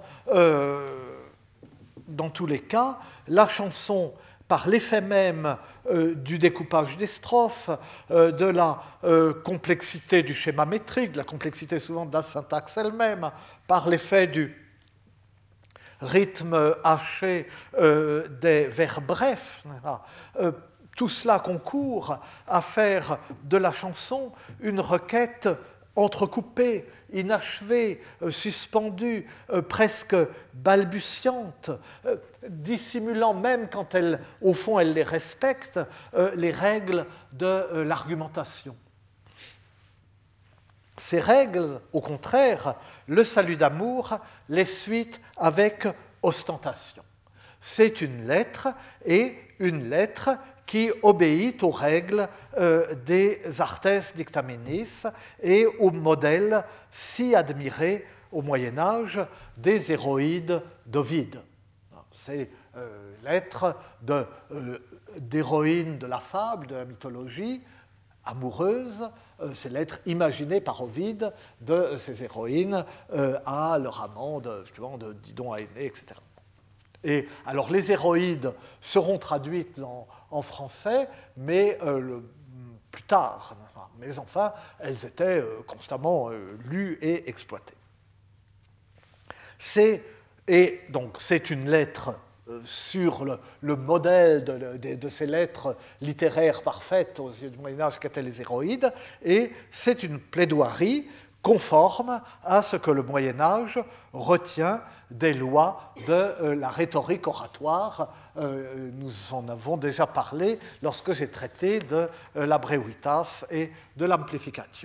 S2: tous les cas, la chanson, par l'effet même du découpage des strophes, de la complexité du schéma métrique, de la complexité souvent de la syntaxe elle-même, par l'effet du rythme haché des vers brefs, tout cela concourt à faire de la chanson une requête entrecoupée, inachevée, suspendue, presque balbutiante, dissimulant même quand au fond elle les respecte, les règles de l'argumentation. Ces règles, au contraire, le salut d'amour les suit avec ostentation. C'est une lettre, et une lettre qui obéit aux règles des artes dictaminis et au modèle si admiré au Moyen-Âge des héroïdes d'Ovide. C'est lettre d'héroïnes de la fable, de la mythologie, amoureuse, ces lettres imaginées par Ovide de ces héroïnes à leur amant, de Didon, Aénée, etc. Et alors les héroïdes seront traduites en français, mais plus tard. Mais enfin, elles étaient constamment lues et exploitées. Et donc c'est une lettre sur le modèle de ces lettres littéraires parfaites aux yeux du Moyen-Âge qu'étaient les héroïdes, et c'est une plaidoirie conforme à ce que le Moyen-Âge retient des lois de la rhétorique oratoire. Nous en avons déjà parlé lorsque j'ai traité de la brevitas et de l'amplificatio.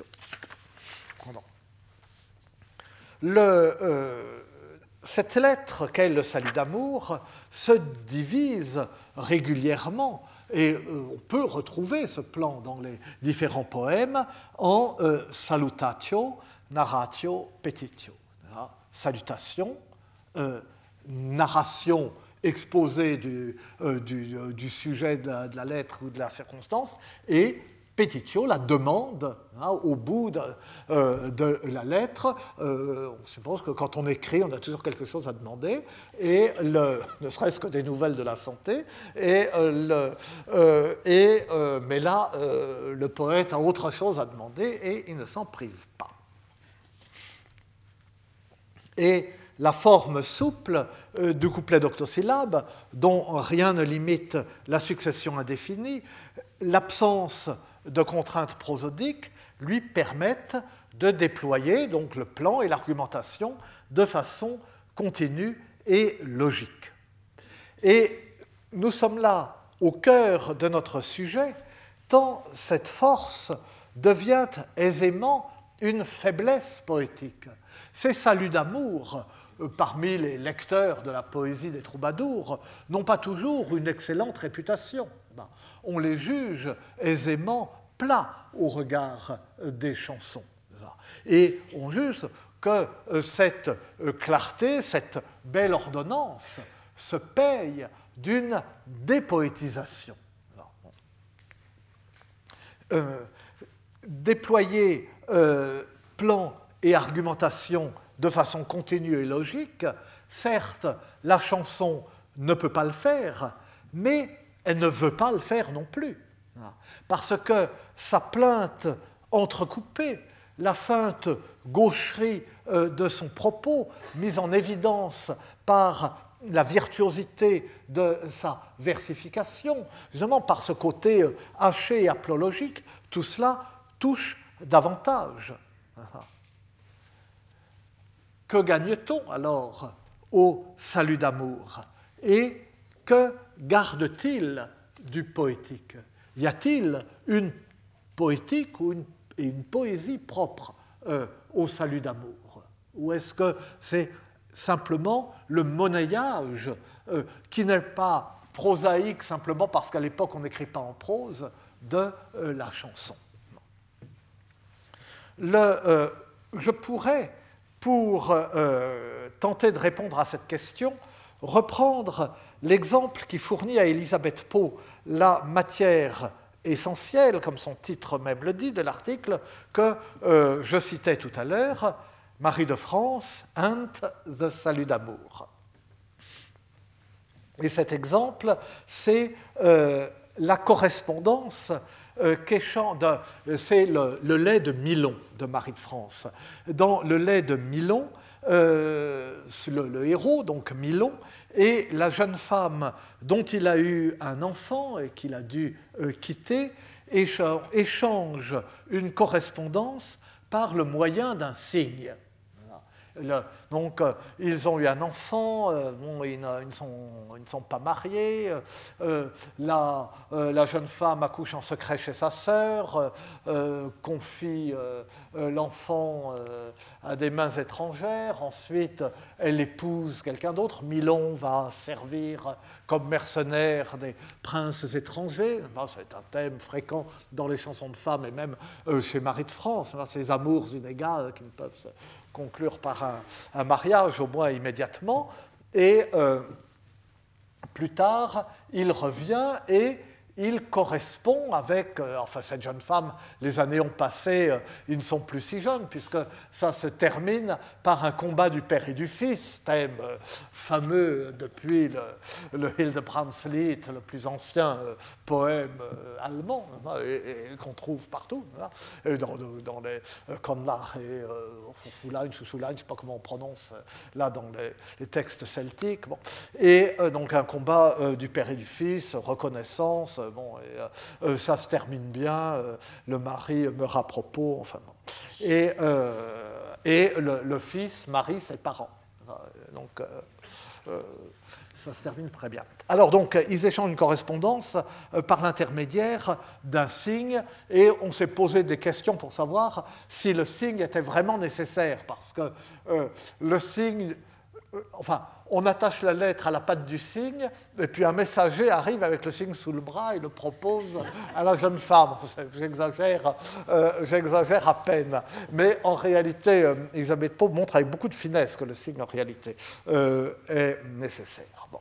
S2: Cette lettre, qu'est le salut d'amour, se divise régulièrement, et on peut retrouver ce plan dans les différents poèmes, en salutatio, narratio, petitio. Salutation, narration, exposé du sujet de la lettre ou de la circonstance, et petitio, la demande, au bout de la lettre. On suppose que quand on écrit, on a toujours quelque chose à demander, et ne serait-ce que des nouvelles de la santé, mais là, le poète a autre chose à demander, et il ne s'en prive pas. Et la forme souple du couplet d'octosyllabes, dont rien ne limite la succession indéfinie, l'absence de contraintes prosodiques lui permettent de déployer donc le plan et l'argumentation de façon continue et logique. Et nous sommes là au cœur de notre sujet, tant cette force devient aisément une faiblesse poétique. Ces saluts d'amour, parmi les lecteurs de la poésie des troubadours, n'ont pas toujours une excellente réputation. On les juge aisément plats au regard des chansons. Et on juge que cette clarté, cette belle ordonnance se paye d'une dépoétisation. Déployer plan et argumentation de façon continue et logique, certes, la chanson ne peut pas le faire, mais elle ne veut pas le faire non plus. Parce que sa plainte entrecoupée, la feinte gaucherie de son propos, mise en évidence par la virtuosité de sa versification, justement par ce côté haché et aplologique, tout cela touche davantage. Que gagne-t-on alors au salut d'amour? Et que garde-t-il du poétique? Y a-t-il une poétique ou une poésie propre au salut d'amour? Ou est-ce que c'est simplement le monnayage qui n'est pas prosaïque simplement parce qu'à l'époque on n'écrit pas en prose de la chanson? Je pourrais, pour tenter de répondre à cette question, reprendre l'exemple qui fournit à Elisabeth Pau la matière essentielle, comme son titre même le dit, de l'article que je citais tout à l'heure, Marie de France and the Salut d'amour. Et cet exemple, c'est la correspondance c'est le lait de Milon de Marie de France. Dans le lait de Milon, le héros, donc Milon, et la jeune femme dont il a eu un enfant et qu'il a dû quitter, échangent une correspondance par le moyen d'un signe. Donc, ils ont eu un enfant, ils ne sont pas mariés, la jeune femme accouche en secret chez sa sœur, confie l'enfant à des mains étrangères, ensuite elle épouse quelqu'un d'autre, Milon va servir comme mercenaire des princes étrangers, c'est un thème fréquent dans les chansons de femmes et même chez Marie de France, ces amours inégales qui ne peuvent se conclure par un mariage, au moins immédiatement, et plus tard, il revient et il correspond avec, cette jeune femme, les années ont passé, ils ne sont plus si jeunes, puisque ça se termine par un combat du père et du fils, thème fameux depuis le Hildebrandslied, le plus ancien poème allemand, et qu'on trouve partout, dans les Conlar et Soulain, je ne sais pas comment on prononce, là dans les textes celtiques, bon. Et donc un combat du père et du fils, reconnaissance, ça se termine bien, le mari meurt à propos, enfin bon. Et le fils marie ses parents. Donc ça se termine très bien. Alors donc, ils échangent une correspondance par l'intermédiaire d'un signe, et on s'est posé des questions pour savoir si le signe était vraiment nécessaire, parce que le signe... on attache la lettre à la patte du cygne, et puis un messager arrive avec le cygne sous le bras et le propose à la jeune femme. J'exagère à peine. Mais en réalité, Elisabeth Pau montre avec beaucoup de finesse que le cygne, en réalité, est nécessaire. Bon.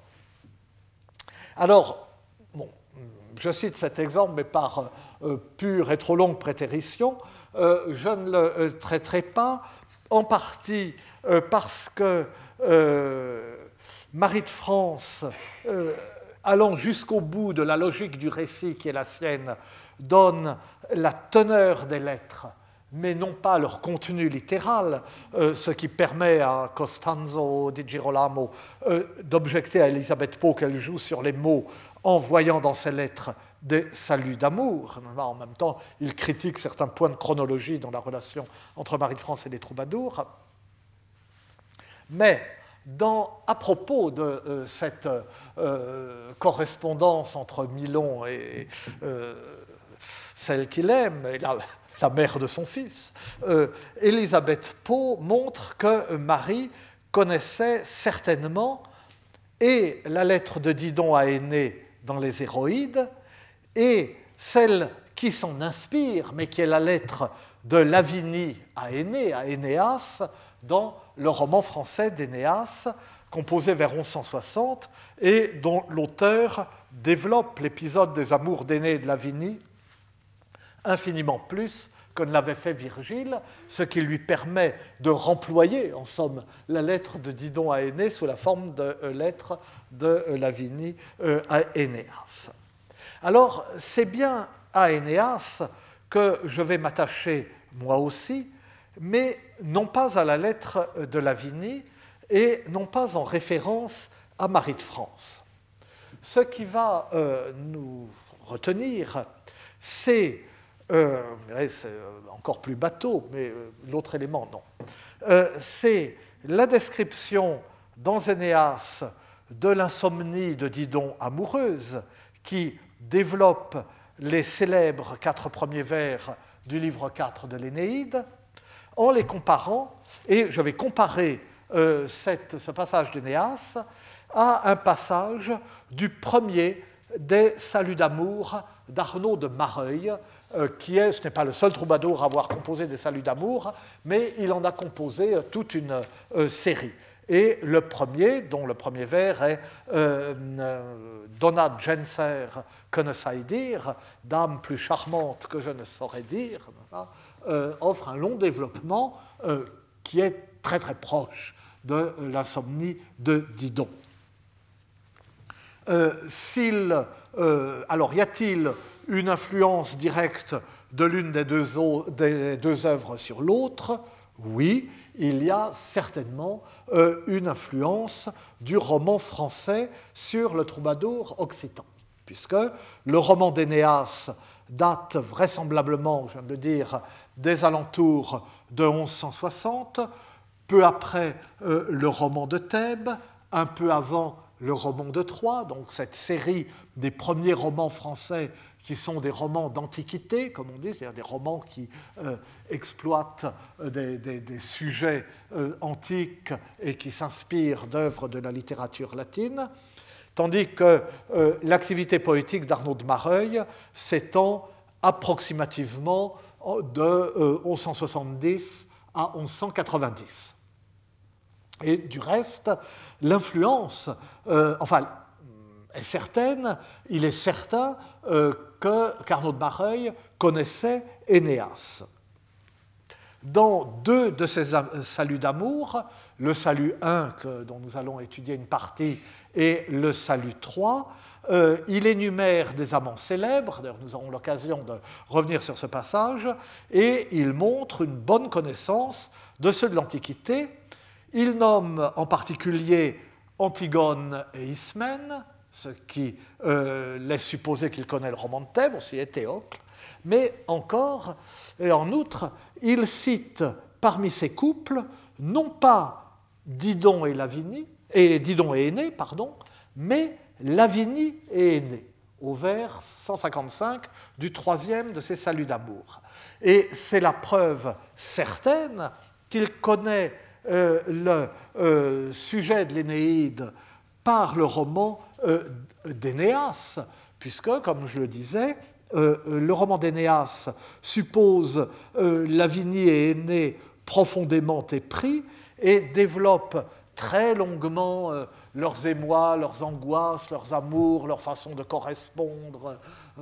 S2: Alors, je cite cet exemple, mais par pure et trop longue prétérition, je ne le traiterai pas, en partie parce que Marie de France, allant jusqu'au bout de la logique du récit qui est la sienne, donne la teneur des lettres, mais non pas leur contenu littéral, ce qui permet à Costanzo di Girolamo d'objecter à Elisabeth Pau qu'elle joue sur les mots en voyant dans ses lettres des saluts d'amour. En même temps, il critique certains points de chronologie dans la relation entre Marie de France et les troubadours. Mais à propos de cette correspondance entre Milon et celle qu'il aime, et la mère de son fils, Elisabeth Pau montre que Marie connaissait certainement et la lettre de Didon à Énée dans les Héroïdes, et celle qui s'en inspire, mais qui est la lettre de Lavinie à Énée, à Énéas, dans le roman français d'Énéas, composé vers 1160, et dont l'auteur développe l'épisode des amours d'Énée et de Lavinie infiniment plus que ne l'avait fait Virgile, ce qui lui permet de remployer, en somme, la lettre de Didon à Énée sous la forme de lettre de Lavinie à Énéas. Alors, c'est bien à Énéas que je vais m'attacher moi aussi, mais non pas à la lettre de Lavinie et non pas en référence à Marie de France. Ce qui va nous retenir, c'est C'est encore plus bateau, mais l'autre élément, non. C'est la description dans Énéas de l'insomnie de Didon amoureuse qui développe les célèbres 4 premiers vers du livre 4 de l'Énéide, en les comparant, et je vais comparer ce passage d'Énéas à un passage du premier des Saluts d'amour d'Arnaud de Mareuil, ce n'est pas le seul troubadour à avoir composé des Saluts d'amour, mais il en a composé toute une série. Et le premier, dont le premier vers est Donna Genser que ne sais dire, dame plus charmante que je ne saurais dire, offre un long développement qui est très très proche de l'insomnie de Didon. Alors, y a-t-il une influence directe de l'une des deux œuvres sur l'autre? Oui, il y a certainement une influence du roman français sur le troubadour occitan, puisque le roman d'Énéas date vraisemblablement, je viens de dire, des alentours de 1160, peu après le roman de Thèbes, un peu avant le roman de Troyes, donc cette série des premiers romans français qui sont des romans d'antiquité, comme on dit, c'est-à-dire des romans qui exploitent des sujets antiques et qui s'inspirent d'œuvres de la littérature latine, tandis que l'activité poétique d'Arnaud de Mareuil s'étend approximativement de 1170 à 1190. Et du reste, l'influence, est certaine, il est certain qu'Arnaud de Mareuil connaissait Énéas. Dans 2 de ses saluts d'amour, le salut 1, dont nous allons étudier une partie, et le salut 3, il énumère des amants célèbres, d'ailleurs nous aurons l'occasion de revenir sur ce passage, et il montre une bonne connaissance de ceux de l'Antiquité. Il nomme en particulier Antigone et Ismène, ce qui laisse supposer qu'il connaît le roman de Thèbes, aussi Éthéocle, mais encore, et en outre, il cite parmi ces couples non pas Didon et Énée, mais Lavinie et Énée, au vers 155 du 3e de ses saluts d'amour. Et c'est la preuve certaine qu'il connaît le sujet de l'Énéide par le roman d'Énéas, puisque, comme je le disais, le roman d'Énéas suppose Lavinie et Énée profondément épris et développe très longuement leurs émois, leurs angoisses, leurs amours, leur façon de correspondre,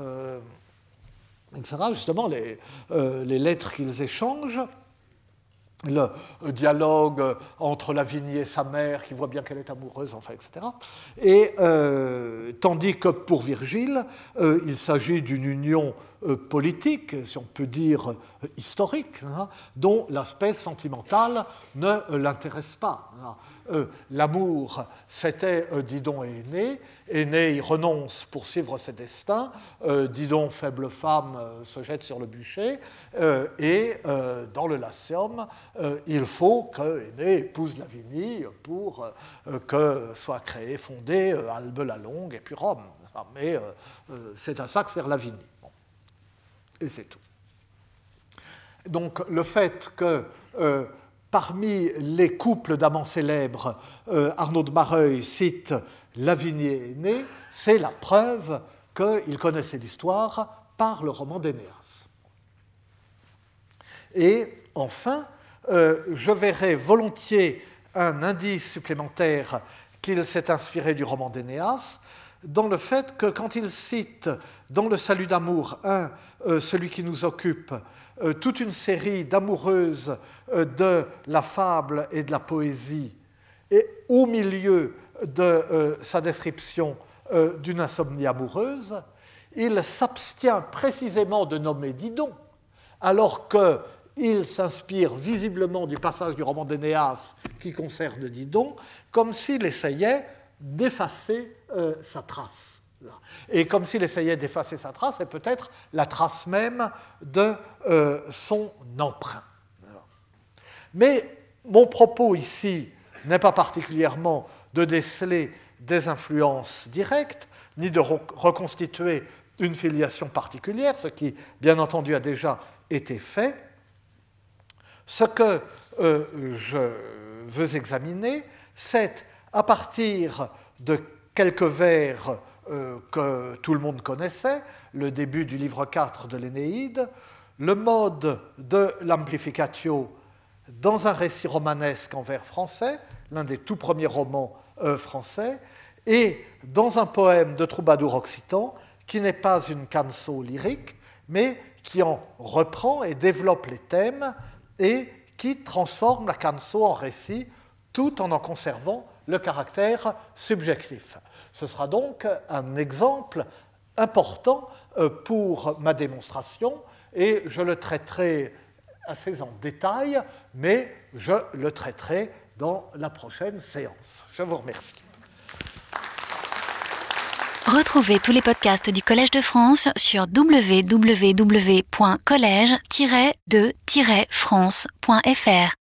S2: etc. Justement, les lettres qu'ils échangent, le dialogue entre Lavinie et sa mère, qui voit bien qu'elle est amoureuse, enfin, etc. Et tandis que pour Virgile, il s'agit d'une union politique, si on peut dire historique, dont l'aspect sentimental ne l'intéresse pas. L'amour, c'était Didon et Énée. Énée y renonce pour suivre ses destins. Didon, faible femme, se jette sur le bûcher. Et dans le Latium, il faut que Énée épouse Lavinie pour que soit créée, fondée Albe la Longue et puis Rome. Mais c'est à ça que sert Lavinie. Bon. Et c'est tout. Donc le fait que parmi les couples d'amants célèbres, Arnaud de Mareuil cite Lavinie et Énée, c'est la preuve qu'il connaissait l'histoire par le roman d'Énéas. Et enfin, je verrai volontiers un indice supplémentaire qu'il s'est inspiré du roman d'Énéas, dans le fait que quand il cite dans le Salut d'amour 1, celui qui nous occupe, toute une série d'amoureuses de la fable et de la poésie, et au milieu de sa description d'une insomnie amoureuse, il s'abstient précisément de nommer Didon, alors qu'il s'inspire visiblement du passage du roman d'Énéas qui concerne Didon, comme s'il essayait d'effacer sa trace Et comme s'il essayait d'effacer sa trace, c'est peut-être la trace même de son emprunt. Mais mon propos ici n'est pas particulièrement de déceler des influences directes, ni de reconstituer une filiation particulière, ce qui, bien entendu, a déjà été fait. Ce que je veux examiner, c'est, à partir de quelques vers que tout le monde connaissait, le début du livre 4 de l'Énéide, le mode de l'amplificatio dans un récit romanesque en vers français, l'un des tout premiers romans français, et dans un poème de troubadour occitan qui n'est pas une canso lyrique, mais qui en reprend et développe les thèmes et qui transforme la canso en récit tout en conservant le caractère subjectif. Ce sera donc un exemple important pour ma démonstration et je le traiterai assez en détail, mais je le traiterai dans la prochaine séance. Je vous remercie.
S1: Retrouvez tous les podcasts du Collège de France sur www.collège-de-france.fr.